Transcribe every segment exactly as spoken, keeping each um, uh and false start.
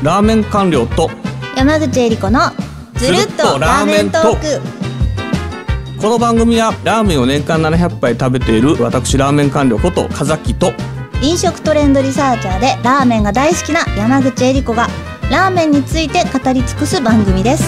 ラーメン官僚と山口恵理子のずるっとラーメントーク。 この番組はラーメンを年間ななひゃくぱい食べている私ラーメン官僚こと風木と飲食トレンドリサーチャーでラーメンが大好きな山口恵理子がラーメンについて語り尽くす番組です。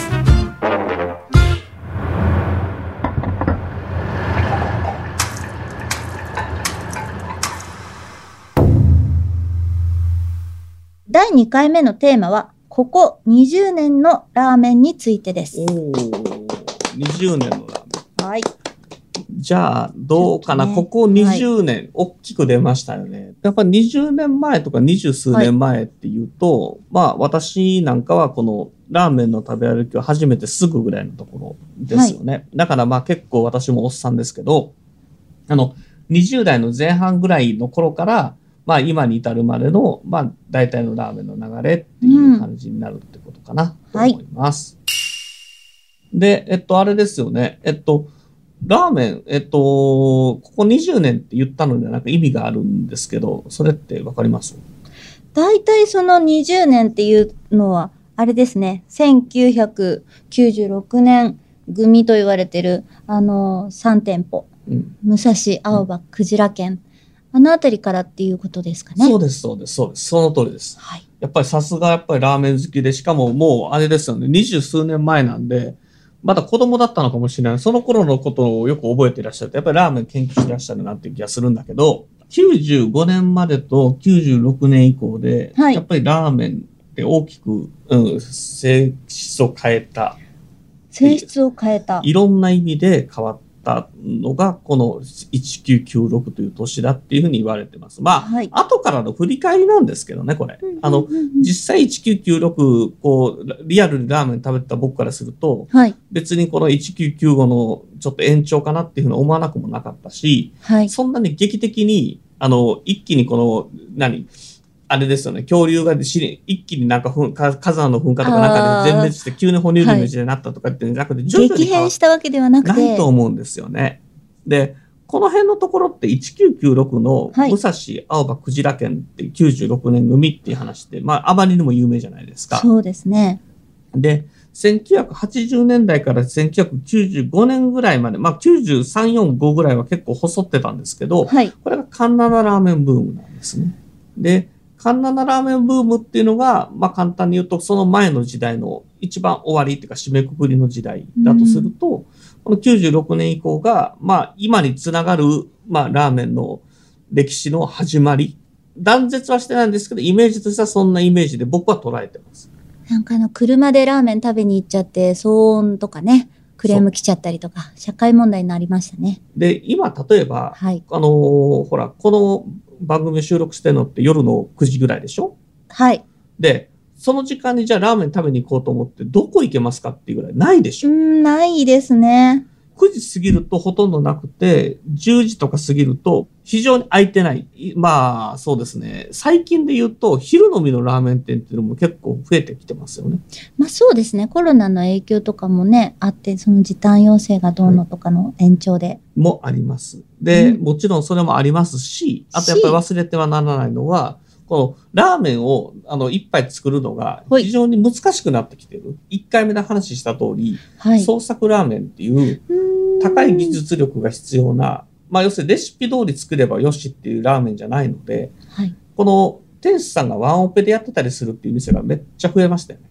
だいにかいめのテーマはここにじゅうねんのラーメンについてです。 おーにじゅうねんのラーメン。 はい。 じゃあどうかな、ね、ここにじゅうねん、はい、大きく出ましたよね。やっぱりにじゅうねんまえとかにじゅうすうねんまえっていうと、はい、まあ私なんかはこのラーメンの食べ歩きを始めてすぐぐらいのところですよね。はい、だからまあ結構私もおっさんですけど、あのにじゅうだいの前半ぐらいの頃からまあ今に至るまでのまあ大体のラーメンの流れっていう感じになるってことかなと思います。うん、で、えっとあれですよね。えっとラーメン、えっと、ここにじゅうねんって言ったのでなんか意味があるんですけど、それってわかります？ 大体そのにじゅうねんっていうのは、あれですね、せんきゅうひゃくきゅうじゅうろくねん組と言われてる、あの、さんてんぽ、うん、武蔵、青葉、くじら軒、あのあたりからっていうことですかね。 そうです、そうです、そうです。その通りです。はい、やっぱりさすがやっぱりラーメン好きで、しかももうあれですよね、二十数年前なんで、まだ子供だったのかもしれない。その頃のことをよく覚えていらっしゃると、やっぱりラーメン研究していらっしゃるなっていう気がするんだけど、きゅうじゅうごねんまでときゅうじゅうろくねん以降で、はい、やっぱりラーメンって大きく、うん、性質を変えた。 性質を変えた。 いろんな意味で変わったのが、このせんきゅうひゃくきゅうじゅうろくという年だっていうふうに言われてます。まあ、はい、後からの振り返りなんですけどね、これ。あの、実際せんきゅうひゃくきゅうじゅうろく、こう、リアルにラーメン食べてた僕からすると、はい、別にこのせんきゅうひゃくきゅうじゅうごのちょっと延長かなっていうふうに思わなくもなかったし、はい、そんなに劇的に、あの、一気にこの、何、あれですよね、恐竜が一気になんか噴火火山の噴火とかなんかで全滅して急に哺乳類の時代になったとかってなくて、 徐々に激変したわけではなくてないと思うんですよね。で、この辺のところってせんきゅうひゃくきゅうじゅうろくの武蔵、青葉、くじら軒ってきゅうじゅうろくねん組っていう話って、まああまりにも有名じゃないですか。 そうですね。 で、せんきゅうひゃくはちじゅうねんだいからせんきゅうひゃくきゅうじゅうごねんぐらいまで、まあきゅうじゅうさん、よん、ごぐらいは結構細ってたんですけど、はい、これが環七ラーメンブームなんですね。で、環七ラーメンブームっていうのが、まあ簡単に言うと、その前の時代の一番終わりっていうか締めくくりの時代だとすると、うん、このきゅうじゅうろくねん以降が、まあ今につながる、まあラーメンの歴史の始まり。断絶はしてないんですけど、イメージとしてはそんなイメージで僕は捉えてます。 なんかあの、車でラーメン食べに行っちゃって、騒音とかね、クレーム来ちゃったりとか、社会問題になりましたね。 で、今例えば、はい、あのー、ほら、この、番組を収録してるのって夜のくじぐらいでしょ？はい。で、その時間にじゃあラーメン食べに行こうと思ってどこ行けますかっていうぐらいないでしょ？ うん、ないですね。 くじ過ぎるとほとんどなくて、じゅうじとか過ぎると非常に空いてない。まあ、そうですね。最近で言うと昼飲みのラーメン店っていうのも結構増えてきてますよね。 まあそうですね。コロナの影響とかもね、あって、その時短要請がどうのとかの延長で。はい、 もあります。で、うん、もちろんそれもありますし、あとやっぱり忘れてはならないのは、このラーメンをあの一杯作るのが非常に難しくなってきてる。いっかいめで話した通り、はい、創作ラーメンっていう高い技術力が必要な、まあ要するにレシピ通り作ればよしっていうラーメンじゃないので、はい、この店主さんがワンオペでやってたりするっていう店がめっちゃ増えましたよね。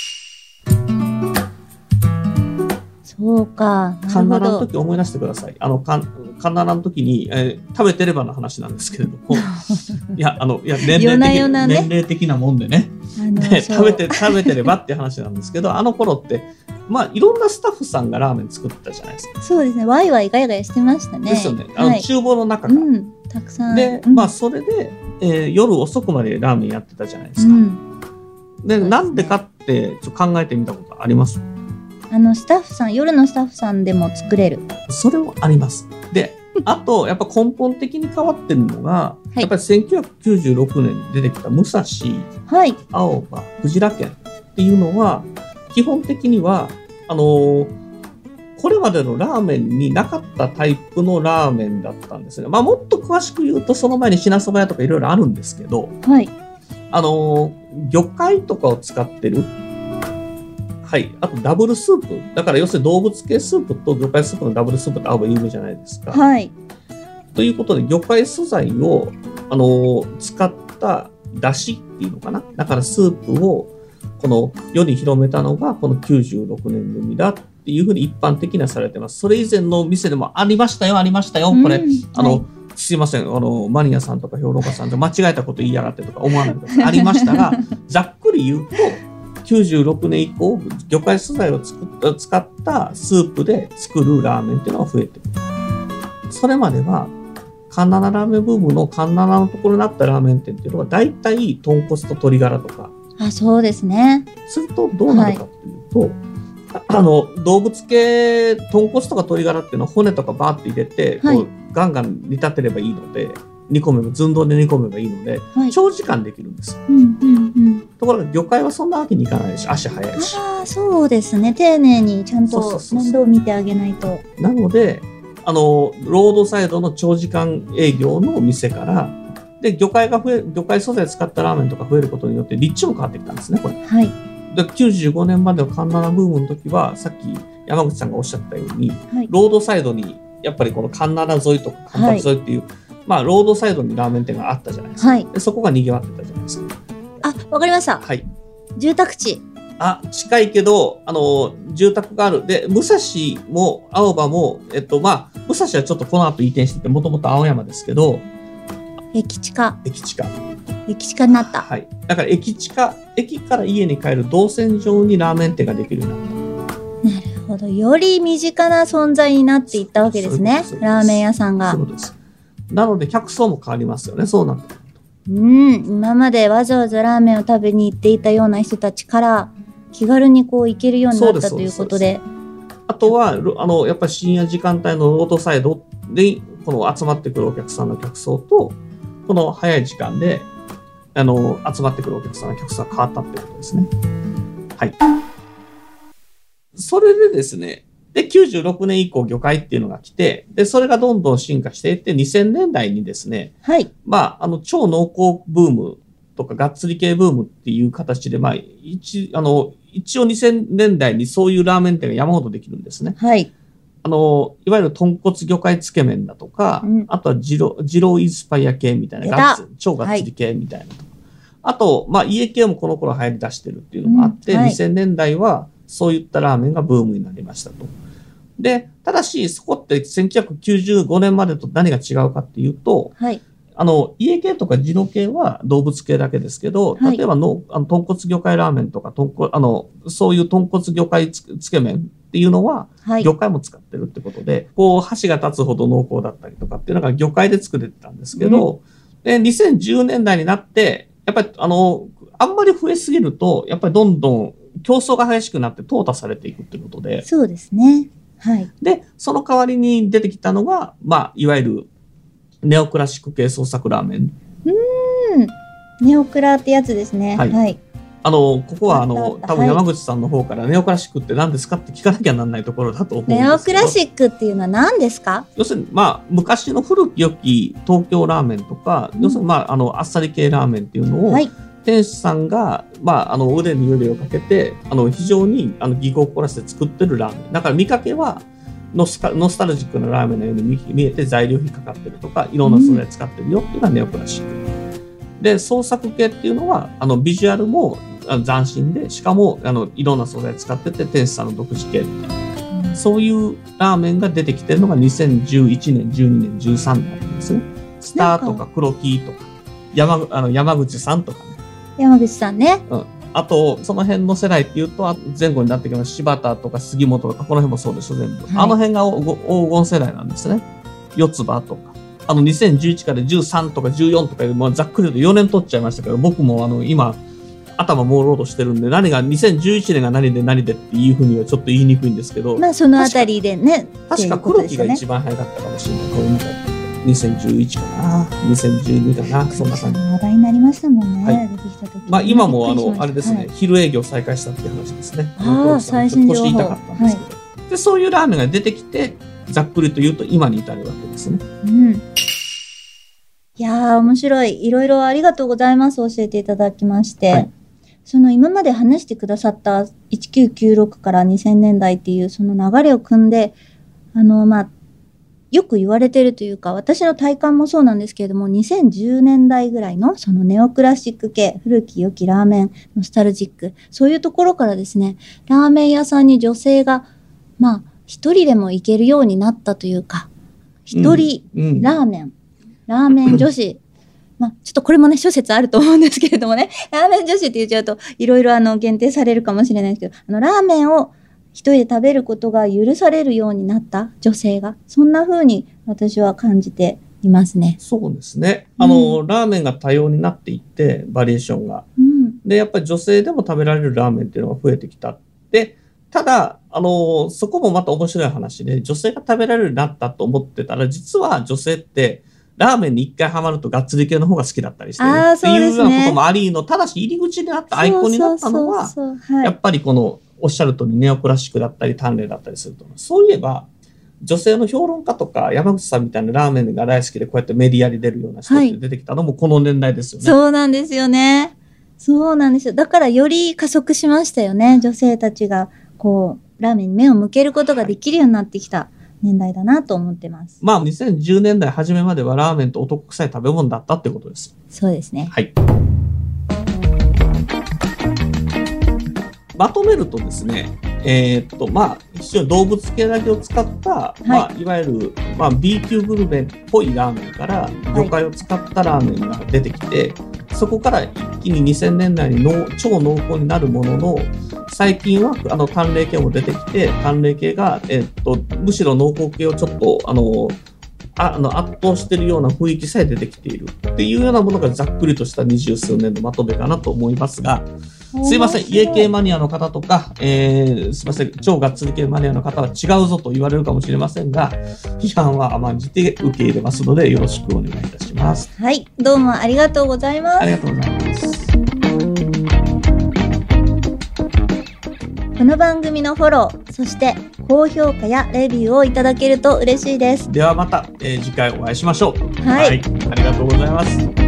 そうか。 カンナラの時思い出してください。あの、カン、カンナラの時に、えー、食べてればの話なんですけれども。いや、あの、いや、年齢的、夜な夜なね、年齢的なもんでね。あのー、で、食べて、食べてればっていう話なんですけど、あの頃って、まあ、いろんなスタッフさんがラーメン作ってたじゃないですか。 そうですね。ワイワイガヤガヤしてましたね。 ですよね。あの、はい、厨房の中から。うん、 たくさん。 で、うん、まあ、それで、えー、夜遅くまでラーメンやってたじゃないですか。うん、で、ね、なんでかって、ちょっと考えてみたことあります？ あのスタッフさん、夜のスタッフさんでも作れる。 それもあります。で、あと、やっぱ根本的に変わってるのが、はい、やっぱりせんきゅうひゃくきゅうじゅうろくねんに出てきた武蔵、はい、青葉、くじら軒っていうのは、基本的には、あのー、これまでのラーメンになかったタイプのラーメンだったんですね。まあ、もっと詳しく言うと、その前に品そば屋とかいろいろあるんですけど、はい、 あのー、魚介とかを使ってる。はい。あと、ダブルスープ。だから、要するに動物系スープと魚介スープのダブルスープって合うば有名じゃないですか。 はい。 ということで、魚介素材を、あのー、使った出汁っていうのかな。だから、スープを、この世に広めたのが、このきゅうじゅうろくねん組だっていうふうに一般的にはされてます。それ以前の店でもありましたよ、ありましたよ。これ、うん、あの、はい、すいません、あの、マニアさんとか評論家さんで間違えたこと言いやがってとか思わないでください。ありましたが、ざっくり言うと、きゅうじゅうろくねん以降、魚介素材をつく使ったスープで作るラーメンっていうのが増えてる。それまでは、カンナナラーメンブームのカンナナのところになったラーメン店っていうのは、大体、豚骨と鶏ガラとか。 あ、そうですね。 すると、どうなるかっていうと、はい、あの、動物系、豚骨とか鶏ガラっていうのは骨とかバーって入れて、はい、こうガンガン煮立てればいいので、煮込めば、寸胴で煮込めばいいので、はい、長時間できるんです。うんうんうん、ところが魚介はそんなわけにいかないし、足早いし。 ああ、そうですね。丁寧にちゃんと面倒を見てあげないと。 なので、あの、ロードサイドの長時間営業の店から、で、魚介が増え、魚介素材を使ったラーメンとか増えることによって、立地も変わってきたんですね、これ。 はい。 で、きゅうじゅうごねんまでのカンナナブームの時は、さっき山口さんがおっしゃったように、はい、ロードサイドに、やっぱりこのカンナナ沿いとか関白沿いっていう、はい、まあ、ロードサイドにラーメン店があったじゃないですか。はい、でそこが賑わってたじゃないですか。 あ、わかりました。 はい。 住宅地。 あ、近いけど、あの、住宅がある。で、武蔵も青葉も、えっと、まあ、武蔵はちょっとこの後移転してて、もともと青山ですけど、 駅地下。 駅地下。 駅地下になった。 はい。だから駅地下、駅から家に帰る動線上にラーメン店ができるようになった。 なるほど。より身近な存在になっていったわけですね。ラーメン屋さんが。 そうです。なので、客層も変わりますよね。そうなってくると。 うん。今までわざわざラーメンを食べに行っていたような人たちから、気軽にこう行けるようになったということで。 あとは、あの、やっぱり深夜時間帯のロードサイドで、この集まってくるお客さんの客層と、この早い時間で、あの、集まってくるお客さんの客層が変わったってことですね。はい。それでですね、で、きゅうじゅうろくねん以降魚介っていうのが来て、で、それがどんどん進化していって、にせんねんだいにですね、はい。まあ、あの、超濃厚ブームとか、がっつり系ブームっていう形で、まあ、一、あの、一応にせんねんだいにそういうラーメン店が山ほどできるんですね。はい。あの、いわゆる豚骨魚介つけ麺だとか、うん、あとは二郎、二郎インスパイア系みたいな、ガッツ超がっつり系みたいなとか。はい、あと、まあ、家系もこの頃流行り出してるっていうのもあって、うんはい、にせんねんだいはそういったラーメンがブームになりましたと。で、ただし、そこってせんきゅうひゃくきゅうじゅうごねんまでと何が違うかっていうと、はい、あの、家系とか二郎系は動物系だけですけど、例えばの、あの豚骨魚介ラーメンとか、豚骨、あの、そういう豚骨魚介つけ麺っていうのは、魚介も使ってるってことで、はい、こう、箸が立つほど濃厚だったりとかっていうのが魚介で作れてたんですけど、うん、で、にせんじゅうねんだいになって、やっぱり、あの、あんまり増えすぎると、やっぱりどんどん競争が激しくなって淘汰されていくってことで。 そうですね。はい。 で、その代わりに出てきたのが、まあ、いわゆる、ネオクラシック系創作ラーメン。 うん。ネオクラってやつですね。はい。はい、 あの、ここは、あの、多分山口さんの方からネオクラシックって何ですかって聞かなきゃなんないところだと思うんですけど。 ネオクラシックっていうのは何ですか？ 要するに、まあ、昔の古き良き東京ラーメンとか、うん、要するに、まあ、あの、あっさり系ラーメンっていうのを、はい、店主さんが、まあ、あの、腕に腕をかけて、あの、非常に、あの、技巧を凝らして作ってるラーメン。だから見かけは、ノスカ、ノスタルジックなラーメンのように見えて材料費かかってるとか、いろんな素材使ってるよっていうのがネオクラシック。うん、で、創作系っていうのは、あの、ビジュアルも斬新で、しかも、あの、いろんな素材使ってて、店主さんの独自系みたいな。うん、そういうラーメンが出てきてるのがにせんじゅういちねん、じゅうにねん、じゅうさんねんなんですね。スターとか黒木とか、山、あの、山口さんとかね。 山口さんね。 うん。あと、その辺の世代っていうと、前後になってきます。柴田とか杉本とか、この辺もそうですよ、全部。はい、あの辺が黄金世代なんですね。四つ葉とか。あの、にせんじゅういちからじゅうさんとかじゅうよんとかいう、もうざっくりとよねん取っちゃいましたけど、僕もあの、今、頭朦朧としてるんで、何が、にせんじゅういちねんが何で何でっていうふうにはちょっと言いにくいんですけど。 まあ、そのあたりでね。 確か黒木が一番早かったかもしれない。こう見たら。にせんじゅういちかな、にせんじゅうにかな、そんな感じ。 話題になりましたもんね、はい、出てきた時。 まあ今もあのあれですね、はい、昼営業再開したっていう話ですね。 ああ、最新情報。 腰痛かったんですけど、はい、でそういうラーメンが出てきて、ざっくりと言うと今に至るわけですね。うん。 いやー、面白い。いろいろありがとうございます。教えていただきまして。はい、その今まで話してくださったせんきゅうひゃくきゅうじゅうろくからにせんねんだいっていうその流れを組んで、あの、まあ、よく言われてるというか、私の体感もそうなんですけれども、にせんじゅうねんだいぐらいのそのネオクラシック系、古き良きラーメン、ノスタルジック、そういうところからですね、ラーメン屋さんに女性が、まあ、一人でも行けるようになったというか、一人ラーメン、うんうん、ラーメン女子、まあ、ちょっとこれもね、諸説あると思うんですけれどもね、ラーメン女子って言っちゃうと、いろいろあの、限定されるかもしれないですけど、あの、ラーメンを一人で食べることが許されるようになった女性が、そんな風に私は感じていますね。 そうですね。あの、うん、ラーメンが多様になっていって、バリエーションが。うん、で、やっぱり女性でも食べられるラーメンっていうのが増えてきた。で、ただ、あの、そこもまた面白い話で、女性が食べられるようになったと思ってたら、実は女性って、ラーメンに一回ハマるとガッツリ系の方が好きだったりしてるっていうようなこともありの、ただし入り口にあったアイコンになったのは、やっぱりこの、おっしゃる通りネオクラシックだったり淡麗だったりすると。そういえば、女性の評論家とか山口さんみたいなラーメンが大好きでこうやってメディアに出るような人って出てきたのもこの年代ですよね。 はい、そうなんですよね。そうなんですよ。だからより加速しましたよね。女性たちがこう、ラーメンに目を向けることができるようになってきた年代だなと思ってます。 まあにせんじゅうねんだい初めまではラーメンと男臭い食べ物だったってことです。 そうですね。 はい。まとめるとですね、えー、っと、まあ、一応動物系だけを使った、はい、まあ、いわゆる、まあ、B 級グルメっぽいラーメンから魚介を使ったラーメンが出てきて、はい、そこから一気ににせんねんだいにの超濃厚になるものの、最近はあの淡麗系も出てきて、淡麗系が、えー、っと、むしろ濃厚系をちょっと、あの、ああの圧倒しているような雰囲気さえ出てきているっていうようなものがざっくりとした二十数年のまとめかなと思いますが、すいません、家系マニアの方とか、えー、すいません、超がっつり系マニアの方は違うぞと言われるかもしれませんが、批判は甘んじて受け入れますのでよろしくお願いいたします。 はい、どうもありがとうございます。 ありがとうございます。 この番組のフォロー、そして高評価やレビューをいただけると嬉しいです。 ではまた、えー、次回お会いしましょう。 はい、はい、 ありがとうございます。